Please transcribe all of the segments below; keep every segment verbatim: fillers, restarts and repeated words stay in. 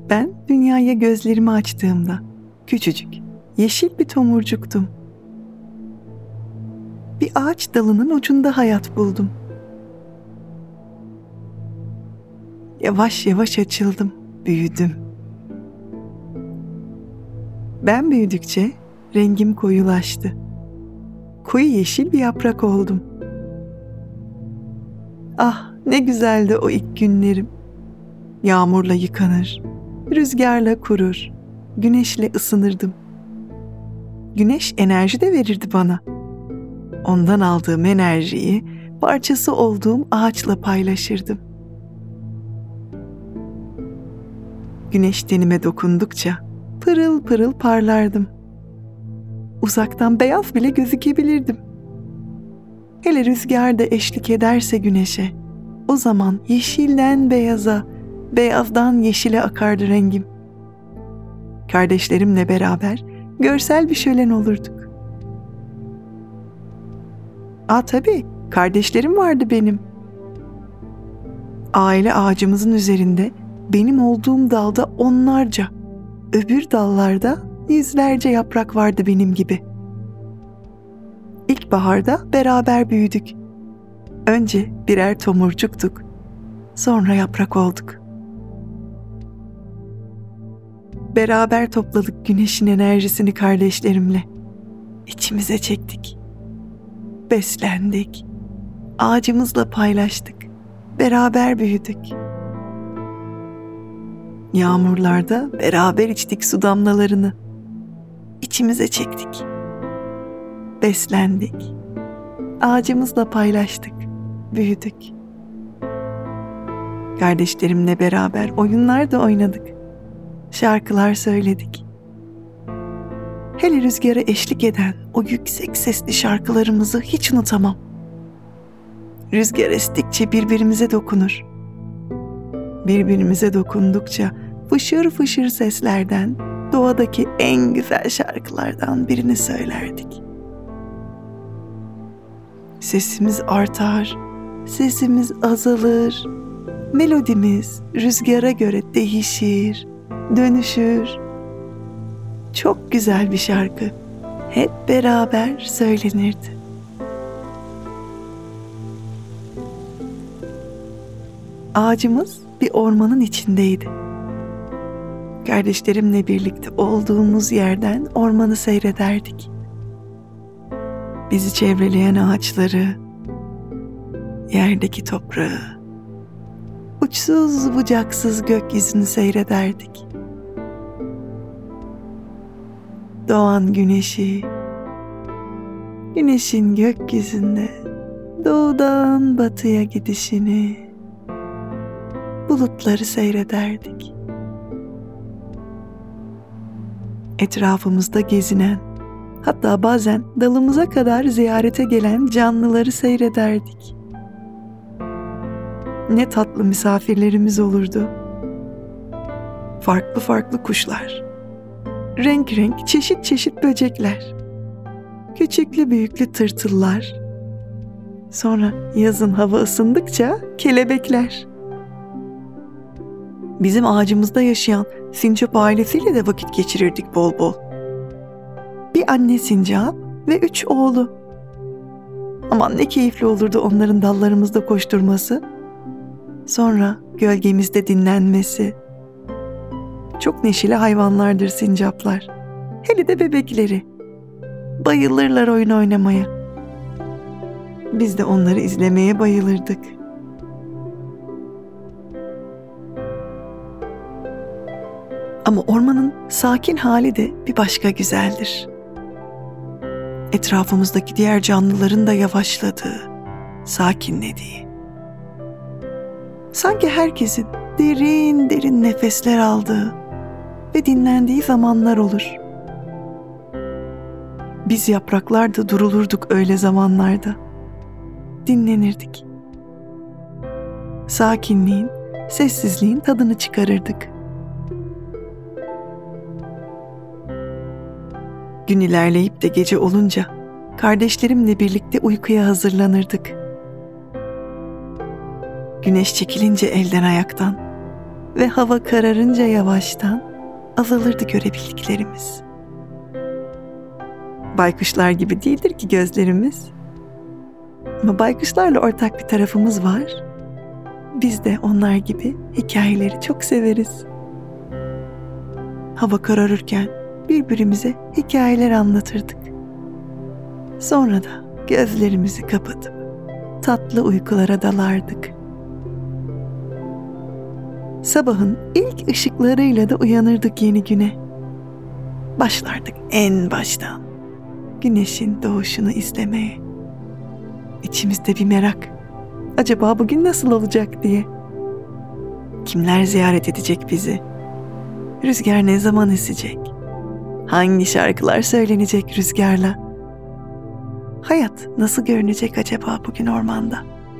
Ben dünyaya gözlerimi açtığımda küçücük, yeşil bir tomurcuktum. Bir ağaç dalının ucunda hayat buldum. Yavaş yavaş açıldım, büyüdüm. Ben büyüdükçe rengim koyulaştı. Koyu yeşil bir yaprak oldum. Ah, ne güzeldi o ilk günlerim. Yağmurla yıkanır, rüzgarla kurur, güneşle ısınırdım. Güneş enerji de verirdi bana. Ondan aldığım enerjiyi parçası olduğum ağaçla paylaşırdım. Güneş tenime dokundukça pırıl pırıl parlardım. Uzaktan beyaz bile gözükebilirdim. Hele rüzgar da eşlik ederse güneşe, o zaman yeşilden beyaza, beyazdan yeşile akardı rengim. Kardeşlerimle beraber görsel bir şölen olurduk. Aa tabii, kardeşlerim vardı benim. Aile ağacımızın üzerinde benim olduğum dalda onlarca, öbür dallarda yüzlerce yaprak vardı benim gibi. İlkbaharda beraber büyüdük. Önce birer tomurcuktuk, sonra yaprak olduk. Beraber topladık güneşin enerjisini kardeşlerimle. İçimize çektik. Beslendik. Ağacımızla paylaştık. Beraber büyüdük. Yağmurlarda beraber içtik su damlalarını. İçimize çektik. Beslendik. Ağacımızla paylaştık. Büyüdük. Kardeşlerimle beraber oyunlar da oynadık. Şarkılar söyledik. Hele rüzgara eşlik eden o yüksek sesli şarkılarımızı hiç unutamam. Rüzgar estikçe birbirimize dokunur. Birbirimize dokundukça fışır fışır seslerden doğadaki en güzel şarkılardan birini söylerdik. Sesimiz artar, sesimiz azalır, melodimiz rüzgara göre değişir, dönüşür. Çok güzel bir şarkı, hep beraber söylenirdi. Ağacımız bir ormanın içindeydi. Kardeşlerimle birlikte olduğumuz yerden ormanı seyrederdik. Bizi çevreleyen ağaçları, yerdeki toprağı, uçsuz bucaksız gökyüzünü seyrederdik. Doğan güneşi, güneşin gökyüzünde doğudan batıya gidişini, bulutları seyrederdik. Etrafımızda gezinen, hatta bazen dalımıza kadar ziyarete gelen canlıları seyrederdik. Ne tatlı misafirlerimiz olurdu. Farklı farklı kuşlar, renk renk çeşit çeşit böcekler, küçüklü büyüklü tırtıllar, sonra yazın hava ısındıkça kelebekler. Bizim ağacımızda yaşayan sincap ailesiyle de vakit geçirirdik bol bol. Bir anne sincap ve üç oğlu. Aman ne keyifli olurdu onların dallarımızda koşturması. Sonra gölgemizde dinlenmesi. Çok neşeli hayvanlardır sincaplar. Hele de bebekleri. Bayılırlar oyun oynamaya. Biz de onları izlemeye bayılırdık. Ama ormanın sakin hali de bir başka güzeldir. Etrafımızdaki diğer canlıların da yavaşladığı, sakinlediği. Sanki herkesin derin derin nefesler aldığı ve dinlendiği zamanlar olur. Biz yapraklar da durulurduk öyle zamanlarda. Dinlenirdik. Sakinliğin, sessizliğin tadını çıkarırdık. Gün ilerleyip de gece olunca kardeşlerimle birlikte uykuya hazırlanırdık. Güneş çekilince elden ayaktan ve hava kararınca yavaştan azalırdı görebildiklerimiz. Baykuşlar gibi değildir ki gözlerimiz. Ama baykuşlarla ortak bir tarafımız var. Biz de onlar gibi hikayeleri çok severiz. Hava kararırken birbirimize hikayeler anlatırdık. Sonra da gözlerimizi kapatıp tatlı uykulara dalardık. Sabahın ilk ışıklarıyla da uyanırdık yeni güne. Başlardık en baştan güneşin doğuşunu izlemeye. İçimizde bir merak. Acaba bugün nasıl olacak diye. Kimler ziyaret edecek bizi? Rüzgar ne zaman esecek? Hangi şarkılar söylenecek rüzgarla? Hayat nasıl görünecek acaba bugün ormanda?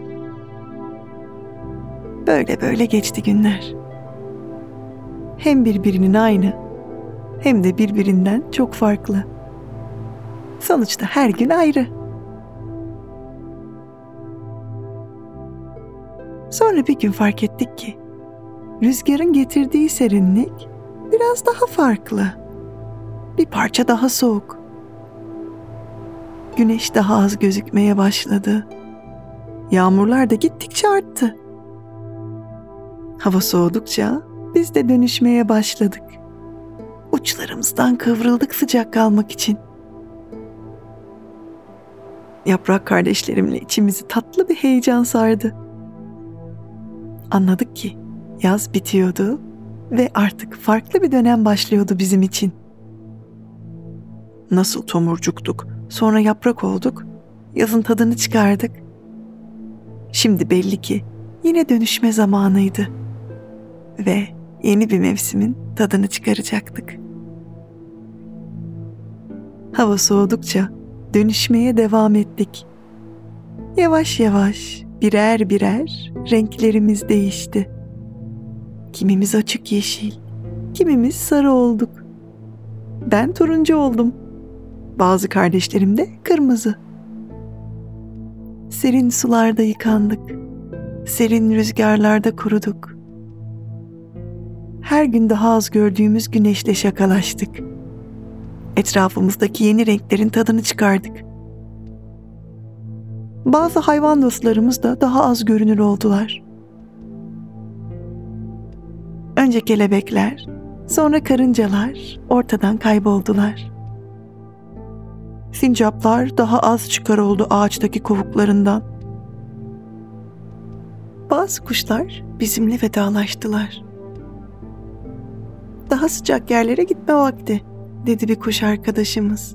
Böyle böyle geçti günler. Hem birbirinin aynı, hem de birbirinden çok farklı. Sonuçta her gün ayrı. Sonra bir gün fark ettik ki rüzgarın getirdiği serinlik biraz daha farklı. Bir parça daha soğuk. Güneş daha az gözükmeye başladı. Yağmurlar da gittikçe arttı. Hava soğudukça biz de dönüşmeye başladık. Uçlarımızdan kıvrıldık sıcak kalmak için. Yaprak kardeşlerimle içimizi tatlı bir heyecan sardı. Anladık ki yaz bitiyordu ve artık farklı bir dönem başlıyordu bizim için. Nasıl tomurcuktuk, sonra yaprak olduk, yazın tadını çıkardık. Şimdi belli ki yine dönüşme zamanıydı ve yeni bir mevsimin tadını çıkaracaktık. Hava soğudukça dönüşmeye devam ettik. Yavaş yavaş birer birer renklerimiz değişti. Kimimiz açık yeşil, kimimiz sarı olduk. Ben turuncu oldum. Bazı kardeşlerim de kırmızı. Serin sularda yıkandık. Serin rüzgarlarda kuruduk. Her gün daha az gördüğümüz güneşle şakalaştık. Etrafımızdaki yeni renklerin tadını çıkardık. Bazı hayvan dostlarımız da daha az görünür oldular. Önce kelebekler, sonra karıncalar ortadan kayboldular. Sincaplar daha az çıkar oldu ağaçtaki kovuklarından. Bazı kuşlar bizimle vedalaştılar. Daha sıcak yerlere gitme vakti, dedi bir kuş arkadaşımız.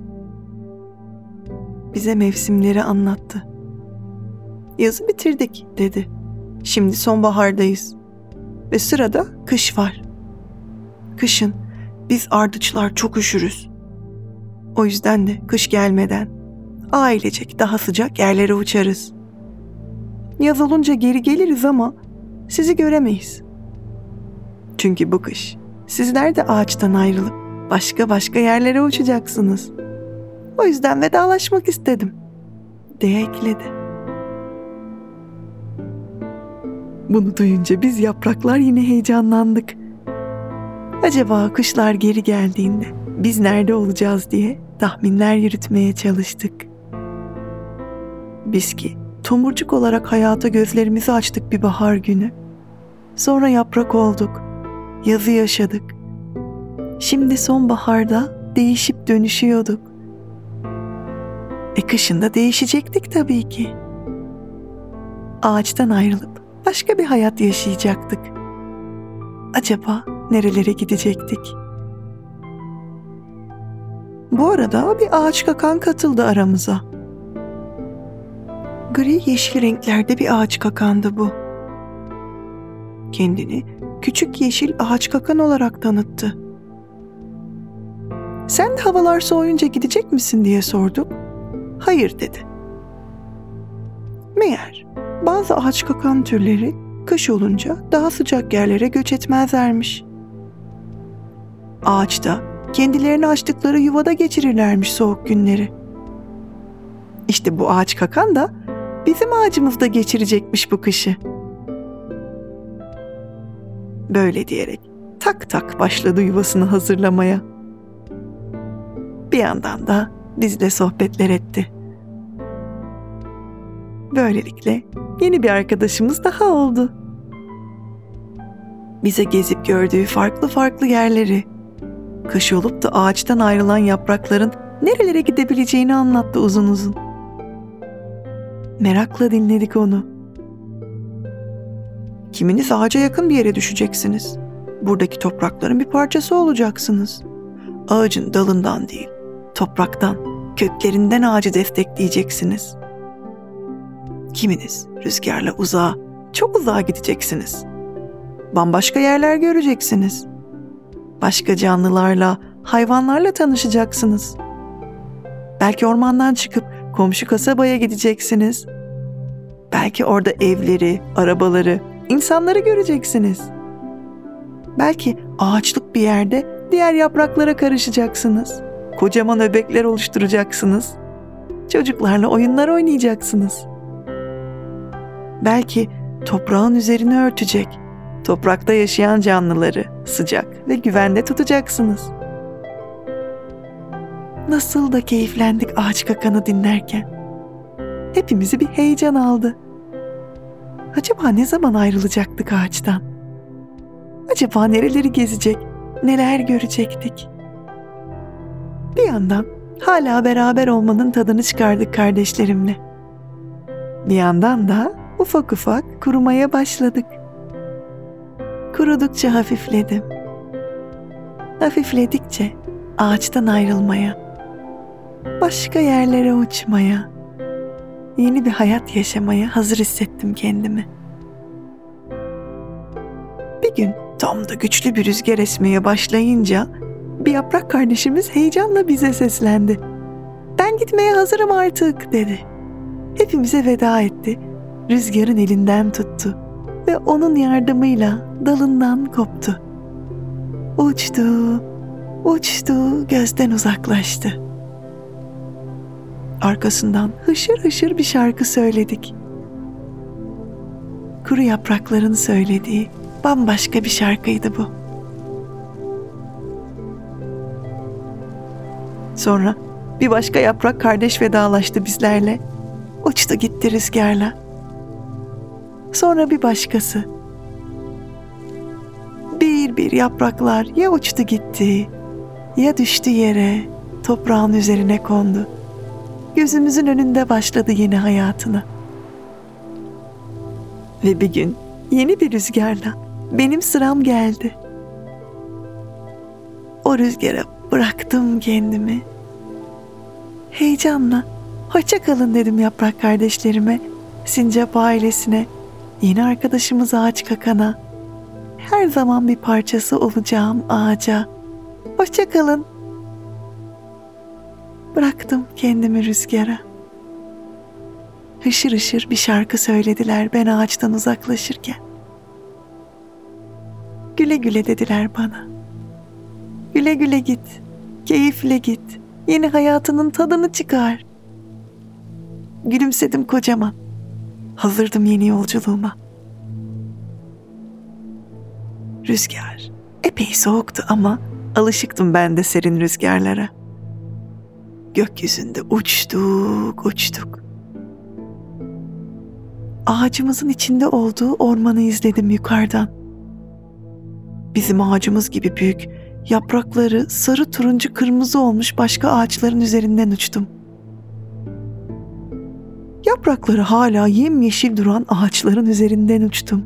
Bize mevsimleri anlattı. Yazı bitirdik, dedi. Şimdi sonbahardayız ve sırada kış var. Kışın biz ardıçlar çok üşürüz. O yüzden de kış gelmeden ailecek daha sıcak yerlere uçarız. Yaz olunca geri geliriz ama sizi göremeyiz. Çünkü bu kış sizler de ağaçtan ayrılıp başka başka yerlere uçacaksınız. O yüzden vedalaşmak istedim, diye ekledi. Bunu duyunca biz yapraklar yine heyecanlandık. Acaba kışlar geri geldiğinde biz nerede olacağız diye tahminler yürütmeye çalıştık. Biz ki tomurcuk olarak hayata gözlerimizi açtık bir bahar günü. Sonra yaprak olduk, yazı yaşadık. Şimdi sonbaharda değişip dönüşüyorduk. E kışın da değişecektik tabii ki. Ağaçtan ayrılıp başka bir hayat yaşayacaktık. Acaba nerelere gidecektik? Bu arada bir ağaç kakan katıldı aramıza. Gri yeşil renklerde bir ağaç kakandı bu. Kendini küçük yeşil ağaç kakan olarak tanıttı. Sen de havalar soğuyunca gidecek misin diye sorduk. Hayır, dedi. Meğer bazı ağaç kakan türleri kış olunca daha sıcak yerlere göç etmezlermiş. Ağaçta kendilerini açtıkları yuvada geçirirlermiş soğuk günleri. İşte bu ağaç kakan da bizim ağacımızda geçirecekmiş bu kışı. Böyle diyerek tak tak başladı yuvasını hazırlamaya. Bir yandan da bizle sohbetler etti. Böylelikle yeni bir arkadaşımız daha oldu. Bize gezip gördüğü farklı farklı yerleri, kış olup da ağaçtan ayrılan yaprakların nerelere gidebileceğini anlattı uzun uzun. Merakla dinledik onu. Kiminiz ağaca yakın bir yere düşeceksiniz. Buradaki toprakların bir parçası olacaksınız. Ağacın dalından değil, topraktan, köklerinden ağacı destekleyeceksiniz. Kiminiz rüzgarla uzağa, çok uzağa gideceksiniz. Bambaşka yerler göreceksiniz. Başka canlılarla, hayvanlarla tanışacaksınız. Belki ormandan çıkıp komşu kasabaya gideceksiniz. Belki orada evleri, arabaları, insanları göreceksiniz. Belki ağaçlık bir yerde diğer yapraklara karışacaksınız. Kocaman öbekler oluşturacaksınız. Çocuklarla oyunlar oynayacaksınız. Belki toprağın üzerini örtecek, toprakta yaşayan canlıları sıcak ve güvende tutacaksınız. Nasıl da keyiflendik ağaç kakanı dinlerken. Hepimizi bir heyecan aldı. Acaba ne zaman ayrılacaktık ağaçtan? Acaba nereleri gezecek, neler görecektik? Bir yandan hala beraber olmanın tadını çıkardık kardeşlerimle. Bir yandan da ufak ufak kurumaya başladık. Kurudukça hafifledim. Hafifledikçe ağaçtan ayrılmaya, başka yerlere uçmaya, yeni bir hayat yaşamaya hazır hissettim kendimi. Bir gün tam da güçlü bir rüzgar esmeye başlayınca bir yaprak kardeşimiz heyecanla bize seslendi. "Ben gitmeye hazırım artık," dedi. Hepimize veda etti. Rüzgarın elinden tuttu ve onun yardımıyla dalından koptu. Uçtu, uçtu, gözden uzaklaştı. Arkasından hışır hışır bir şarkı söyledik. Kuru yaprakların söylediği bambaşka bir şarkıydı bu. Sonra bir başka yaprak kardeş vedalaştı bizlerle. Uçtu gitti rüzgarla. Sonra bir başkası. Bir bir yapraklar ya uçtu gitti, ya düştü yere, toprağın üzerine kondu. Gözümüzün önünde başladı yeni hayatına. Ve bir gün yeni bir rüzgarla benim sıram geldi. O rüzgara bıraktım kendimi. Heyecanla hoşça kalın dedim yaprak kardeşlerime, sincap ailesine, yeni arkadaşımız ağaç kakana. Her zaman bir parçası olacağım ağaca. Hoşça kalın. Bıraktım kendimi rüzgara. Hışır hışır bir şarkı söylediler ben ağaçtan uzaklaşırken. Güle güle dediler bana. Güle güle git, keyifle git, yeni hayatının tadını çıkar. Gülümsedim kocaman. Hazırdım yeni yolculuğuma. Rüzgar epey soğuktu ama alışıktım ben de serin rüzgarlara. Gökyüzünde uçtuk, uçtuk. Ağacımızın içinde olduğu ormanı izledim yukarıdan. Bizim ağacımız gibi büyük, yaprakları sarı turuncu kırmızı olmuş başka ağaçların üzerinden uçtum. Yaprakları hala yemyeşil duran ağaçların üzerinden uçtum.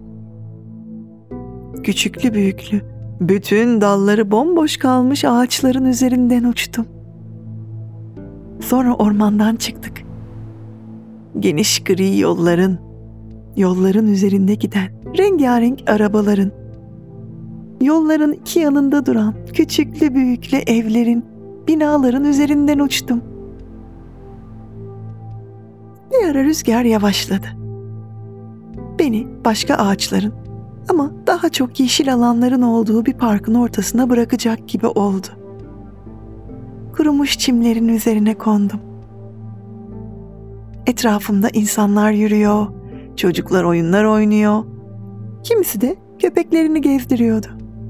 Küçüklü büyüklü, bütün dalları bomboş kalmış ağaçların üzerinden uçtum. Sonra ormandan çıktık. Geniş gri yolların, yolların üzerinde giden rengarenk arabaların, yolların iki yanında duran küçüklü büyüklü evlerin, binaların üzerinden uçtum. Bir ara rüzgar yavaşladı. Beni başka ağaçların ama daha çok yeşil alanların olduğu bir parkın ortasına bırakacak gibi oldu. Kurumuş çimlerin üzerine kondum. Etrafımda insanlar yürüyor, çocuklar oyunlar oynuyor. Kimisi de köpeklerini gezdiriyordu.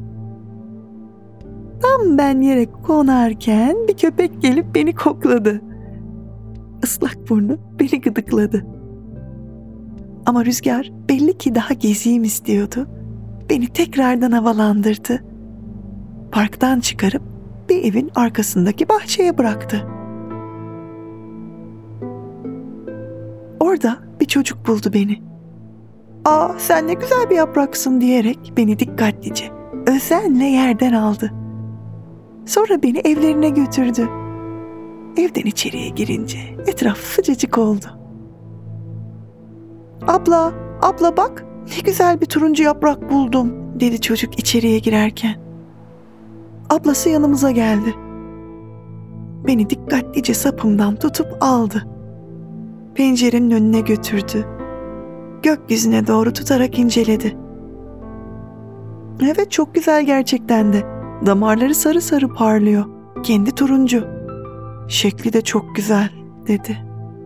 Tam ben yere konarken bir köpek gelip beni kokladı. Islak burnu beni gıdıkladı. Ama Rüzgar belli ki daha gezeyim istiyordu. Beni tekrardan havalandırdı. Parktan çıkarıp bir evin arkasındaki bahçeye bıraktı. Orada bir çocuk buldu beni. "Aa, sen ne güzel bir yapraksın," diyerek beni dikkatlice, özenle yerden aldı. Sonra beni evlerine götürdü. Evden içeriye girince etraf sıcacık oldu. "Abla, abla bak, ne güzel bir turuncu yaprak buldum," dedi çocuk içeriye girerken. Ablası yanımıza geldi. Beni dikkatlice sapımdan tutup aldı. Pencerenin önüne götürdü. Gökyüzüne doğru tutarak inceledi. "Evet, çok güzel gerçekten de. Damarları sarı sarı parlıyor. Kendi turuncu. Şekli de çok güzel," dedi.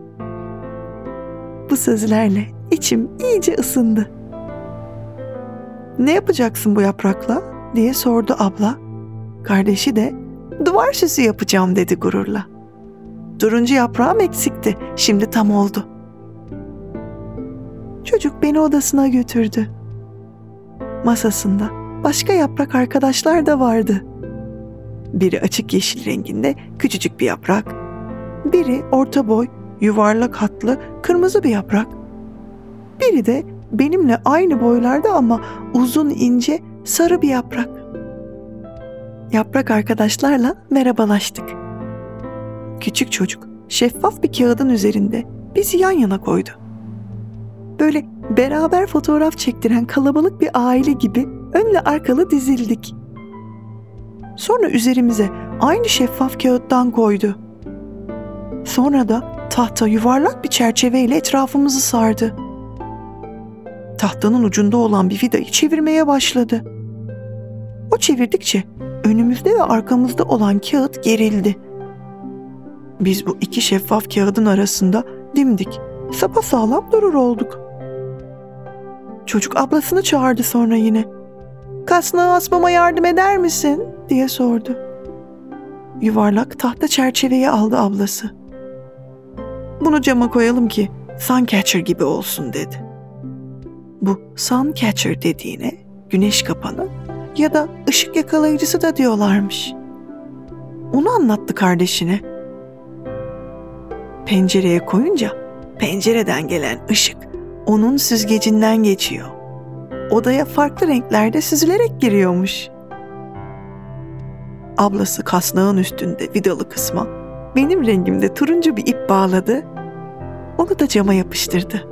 Bu sözlerle içim iyice ısındı. "Ne yapacaksın bu yaprakla?" diye sordu abla. Kardeşi de "Duvar süsü yapacağım," dedi gururla. "Turuncu yaprağım eksikti. Şimdi tam oldu." Çocuk beni odasına götürdü. Masasında başka yaprak arkadaşlar da vardı. Biri açık yeşil renginde küçücük bir yaprak. Biri orta boy, yuvarlak hatlı, kırmızı bir yaprak. Biri de benimle aynı boylarda ama uzun ince sarı bir yaprak. Yaprak arkadaşlarla merhabalaştık. Küçük çocuk şeffaf bir kağıdın üzerinde bizi yan yana koydu. Böyle beraber fotoğraf çektiren kalabalık bir aile gibi önle arkalı dizildik. Sonra üzerimize aynı şeffaf kağıttan koydu. Sonra da tahta yuvarlak bir çerçeveyle etrafımızı sardı. Tahtanın ucunda olan bir vidayı çevirmeye başladı. O çevirdikçe önümüzde ve arkamızda olan kağıt gerildi. Biz bu iki şeffaf kağıdın arasında dimdik, sapasağlam durur olduk. Çocuk ablasını çağırdı sonra yine. "Kasnağı asmama yardım eder misin?" diye sordu. Yuvarlak tahta çerçeveyi aldı ablası. "Bunu cama koyalım ki suncatcher gibi olsun," dedi. Bu suncatcher dediğine güneş kapanı ya da ışık yakalayıcısı da diyorlarmış. Onu anlattı kardeşine. Pencereye koyunca pencereden gelen ışık onun süzgecinden geçiyor. Odaya farklı renklerde süzülerek giriyormuş. Ablası kasnağın üstünde vidalı kısma benim rengimde turuncu bir ip bağladı. Onu da cama yapıştırdı.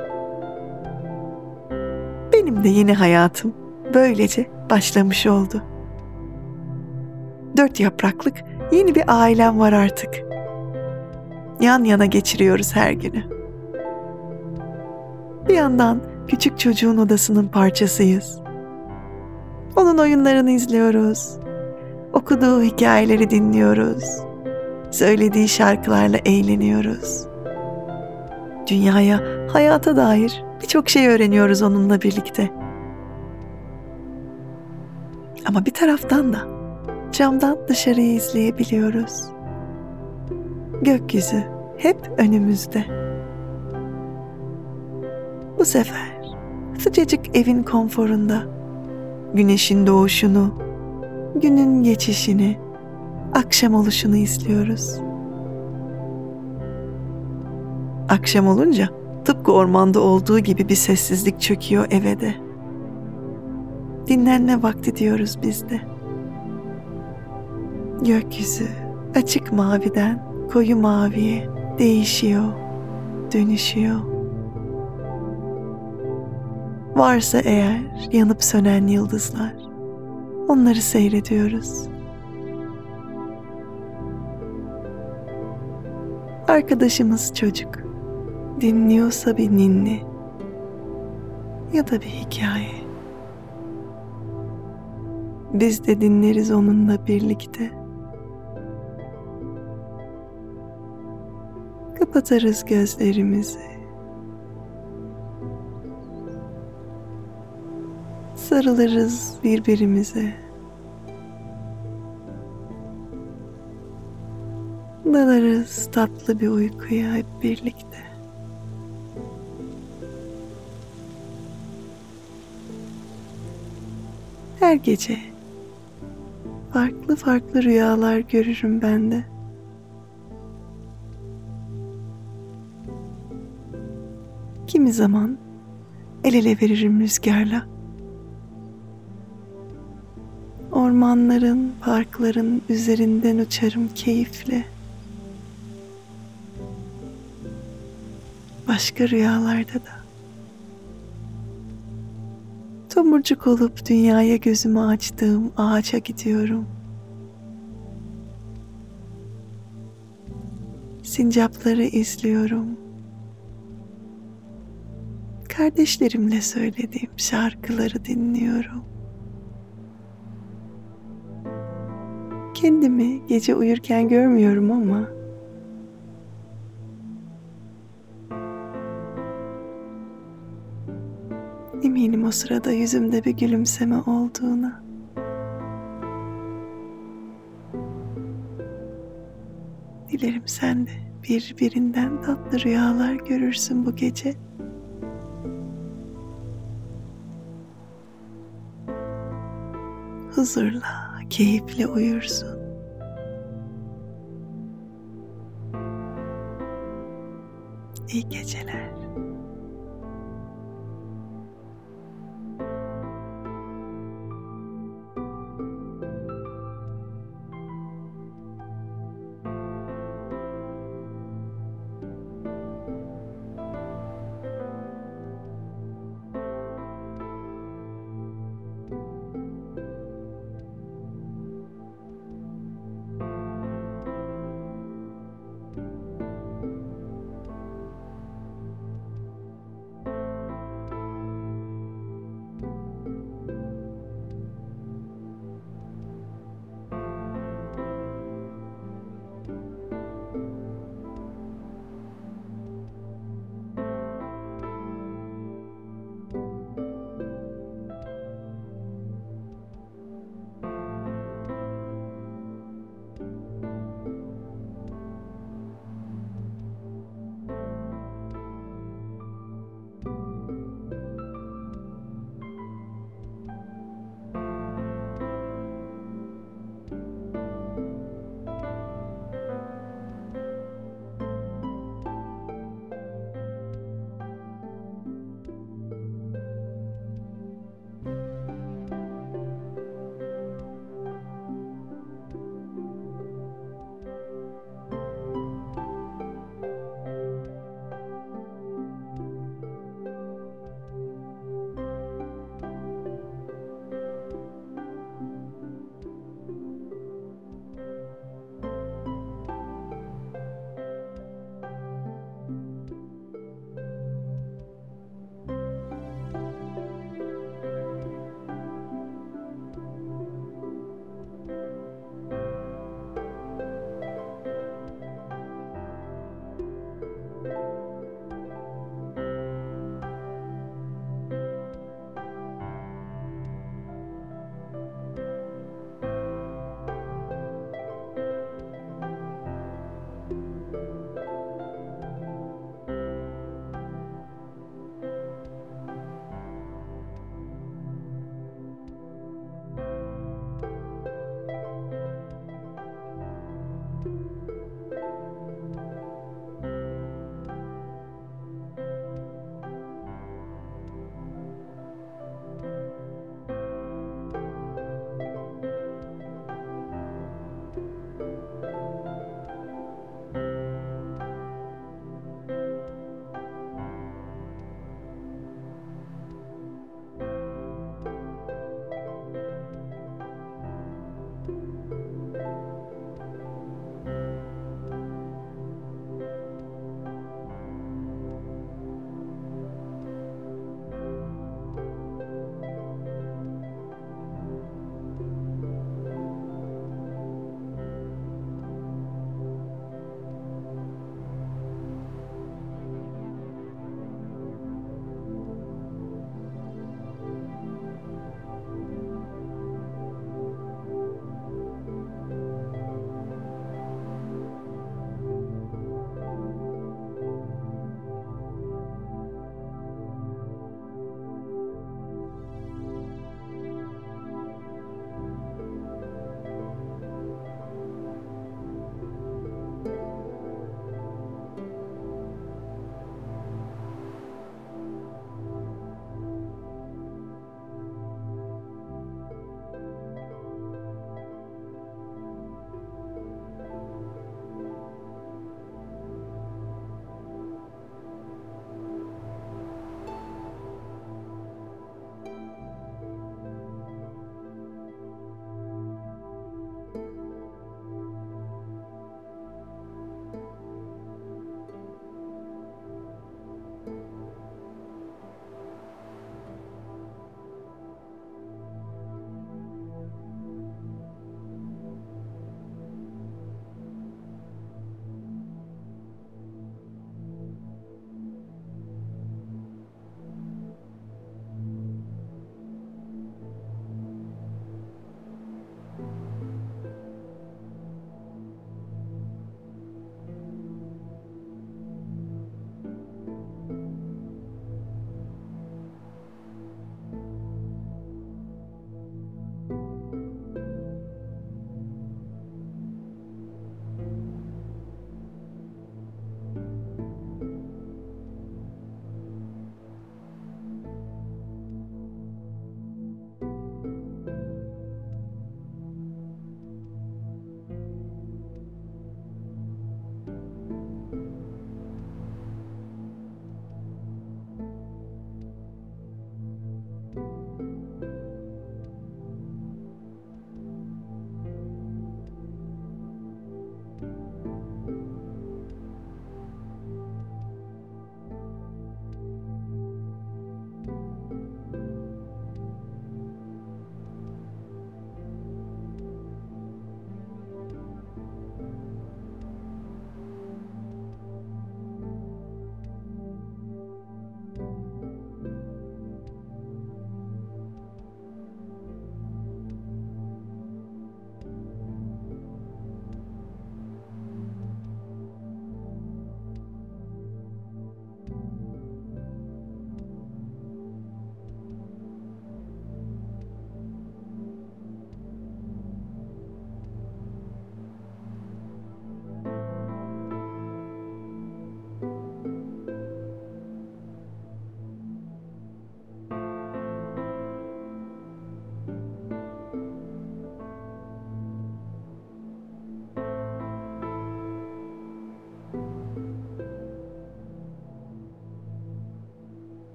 Benim de yeni hayatım böylece başlamış oldu. Dört yapraklık yeni bir ailem var artık. Yan yana geçiriyoruz her günü. Bir yandan küçük çocuğun odasının parçasıyız. Onun oyunlarını izliyoruz. Okuduğu hikayeleri dinliyoruz. Söylediği şarkılarla eğleniyoruz. Dünyaya, hayata dair birçok şey öğreniyoruz onunla birlikte. Ama bir taraftan da camdan dışarıyı izleyebiliyoruz. Gökyüzü hep önümüzde. Bu sefer sıcacık evin konforunda güneşin doğuşunu, günün geçişini, akşam oluşunu izliyoruz. Akşam olunca tıpkı ormanda olduğu gibi bir sessizlik çöküyor eve de. Dinlenme vakti diyoruz biz de. Gökyüzü açık maviden koyu maviye değişiyor, dönüşüyor. Varsa eğer yanıp sönen yıldızlar, onları seyrediyoruz. Arkadaşımız çocuk dinliyorsa bir ninni ya da bir hikaye. Biz de dinleriz onunla birlikte. Kapatırız gözlerimizi. Sarılırız birbirimize. Dalarız tatlı bir uykuya hep birlikte. Her gece farklı farklı rüyalar görürüm ben de. Kimi zaman el ele veririm rüzgarla. Ormanların, parkların üzerinden uçarım keyifle. Başka rüyalarda da tomurcuk olup dünyaya gözümü açtığım ağaca gidiyorum. Sincapları izliyorum. Kardeşlerimle söylediğim şarkıları dinliyorum. Kendimi gece uyurken görmüyorum ama eminim o sırada yüzümde bir gülümseme olduğuna. Dilerim sen de birbirinden tatlı rüyalar görürsün bu gece. Huzurla, keyifle uyursun. İyi geceler.